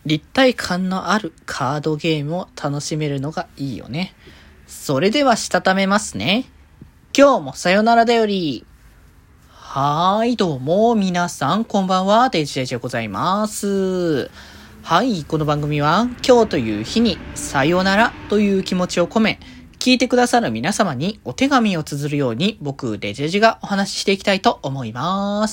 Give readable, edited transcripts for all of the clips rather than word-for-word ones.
立体感のあるカードゲームを楽しめるのがいいよね。それではしたためますね。今日もさよならだより。どうも皆さんこんばんは、デジデジでございます。この番組は今日という日にさよならという気持ちを込め、聞いてくださる皆様にお手紙を綴るように僕デジデジがお話ししていきたいと思います。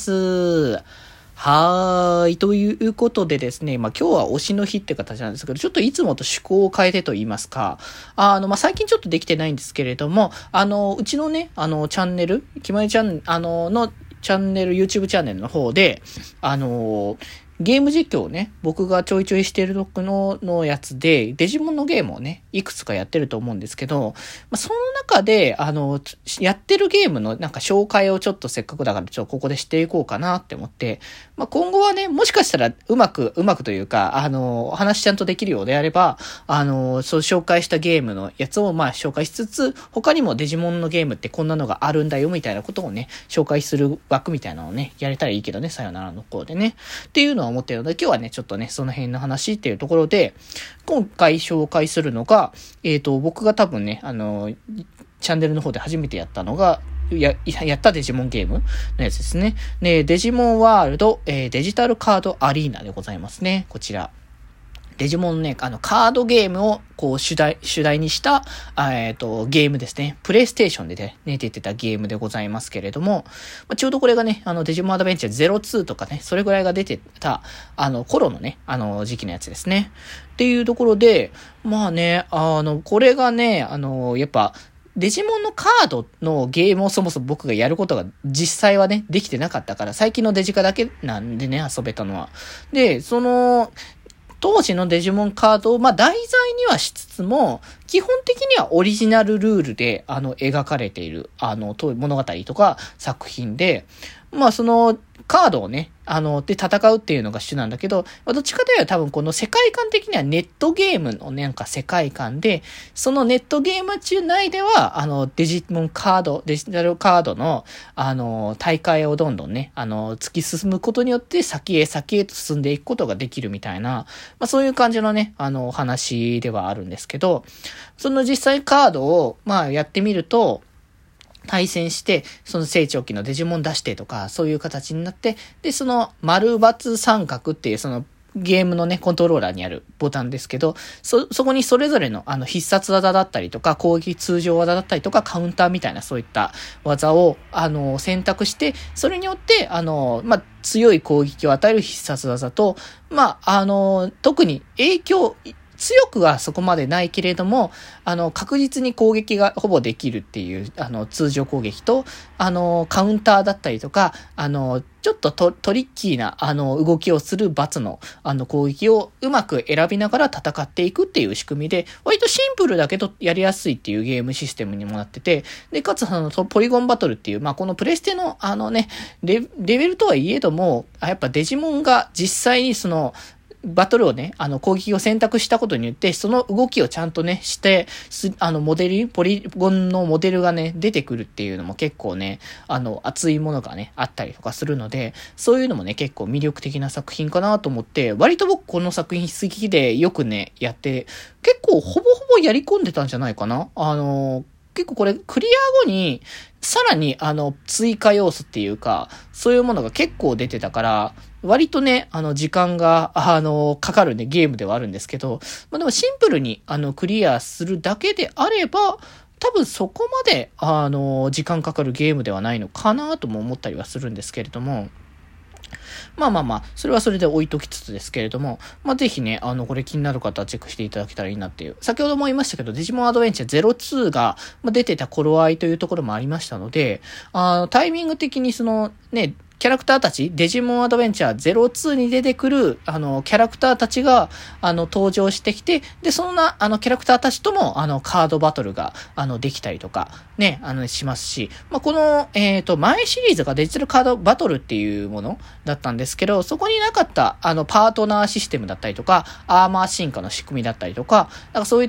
ということでですね、今日は推しの日って形なんですけど、ちょっといつもと趣向を変えてと言いますか、最近ちょっとできてないんですけれども、うちのね、チャンネル、きまりちゃん、のチャンネル、YouTube チャンネルの方で、ゲーム実況をね、僕がちょいちょいしてるのやつで、デジモンのゲームをね、いくつかやってると思うんですけど、その中で、やってるゲームのなんか紹介をちょっとせっかくだからちょっとここでしていこうかなって思って、今後はね、もしかしたらうまくというか、お話ちゃんとできるようであれば、そう紹介したゲームのやつを紹介しつつ、他にもデジモンのゲームってこんなのがあるんだよみたいなことをね、紹介する枠みたいなのをね、やれたらいいけどね、さよならの方でね。っていうのは思ってるので、今日はね、ちょっとね、その辺の話っていうところで、今回紹介するのが、僕が多分ね、チャンネルの方で初めてやったのが、やったデジモンゲームのやつですね。で、デジモンワールド、デジタルカードアリーナでございますね。こちら。デジモンね、カードゲームをこう主題にした、ゲームですね。プレイステーションでね、出てたゲームでございますけれども、ちょうどこれがね、デジモンアドベンチャー02とかね、それぐらいが出てた、頃のね、時期のやつですね。っていうところで、これがね、やっぱ、デジモンのカードのゲームをそもそも僕がやることが実際はね、できてなかったから、最近のデジカだけなんでね、遊べたのは。で、当時のデジモンカードを、題材にはしつつも、基本的にはオリジナルルールで、描かれている、物語とか作品で、カードをね、で戦うっていうのが主なんだけど、どっちかというと多分この世界観的にはネットゲームのなんか世界観で、そのネットゲーム中内では、デジタルカードの、大会をどんどんね、突き進むことによって先へと進んでいくことができるみたいな、そういう感じのね、お話ではあるんですけど、その実際カードを、やってみると、対戦して、その成長期のデジモン出してとか、そういう形になって、で、その丸×三角っていうそのゲームのね、コントローラーにあるボタンですけど、そこにそれぞれの必殺技だったりとか、攻撃通常技だったりとか、カウンターみたいなそういった技を、選択して、それによって、強い攻撃を与える必殺技と、特に強くはそこまでないけれども、確実に攻撃がほぼできるっていう、通常攻撃と、カウンターだったりとか、ちょっとトリッキーな、動きをする罰の、攻撃をうまく選びながら戦っていくっていう仕組みで、割とシンプルだけどやりやすいっていうゲームシステムにもなってて、で、かつポリゴンバトルっていう、このプレステの、レベルとはいえども、やっぱデジモンが実際にバトルをね、攻撃を選択したことによって、その動きをちゃんとね、して、ポリゴンのモデルがね、出てくるっていうのも結構ね、熱いものがね、あったりとかするので、そういうのもね、結構魅力的な作品かなと思って、割と僕この作品好きでよくね、やって、結構ほぼほぼやり込んでたんじゃないかな。結構これクリア後にさらに追加要素っていうかそういうものが結構出てたから割とね時間がかかるねゲームではあるんですけど、でもシンプルにクリアするだけであれば多分そこまで時間かかるゲームではないのかなとも思ったりはするんですけれども、それはそれで置いときつつですけれども、ぜひね、これ気になる方はチェックしていただけたらいいなっていう。先ほども言いましたけど、デジモンアドベンチャー02が出てた頃合いというところもありましたので、タイミング的にキャラクターたち、デジモンアドベンチャー02に出てくる、キャラクターたちが、登場してきて、で、そんな、キャラクターたちとも、カードバトルが、できたりとか、ね、しますし、この、前シリーズがデジタルカードバトルっていうものだったんですけど、そこになかった、パートナーシステムだったりとか、アーマー進化の仕組みだったりとか、そういった、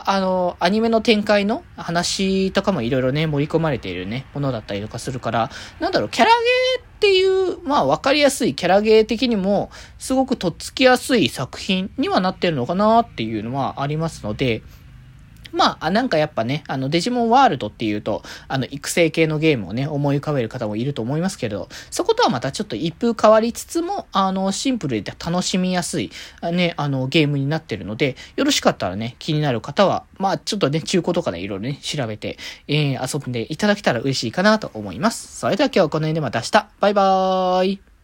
アニメの展開の話とかもいろいろね、盛り込まれているね、ものだったりとかするから、キャラゲーってっていう、まあわかりやすいキャラゲー的にも、すごくとっつきやすい作品にはなってるのかなっていうのはありますので、まあ、なんかやっぱね、デジモンワールドっていうと、育成系のゲームをね、思い浮かべる方もいると思いますけど、そことはまたちょっと一風変わりつつも、シンプルで楽しみやすい、ね、ゲームになってるので、よろしかったらね、気になる方は、まあ、ちょっとね、中古とかでいろいろね、調べて、遊んでいただけたら嬉しいかなと思います。それでは今日はこの辺でまた明日。バイバーイ。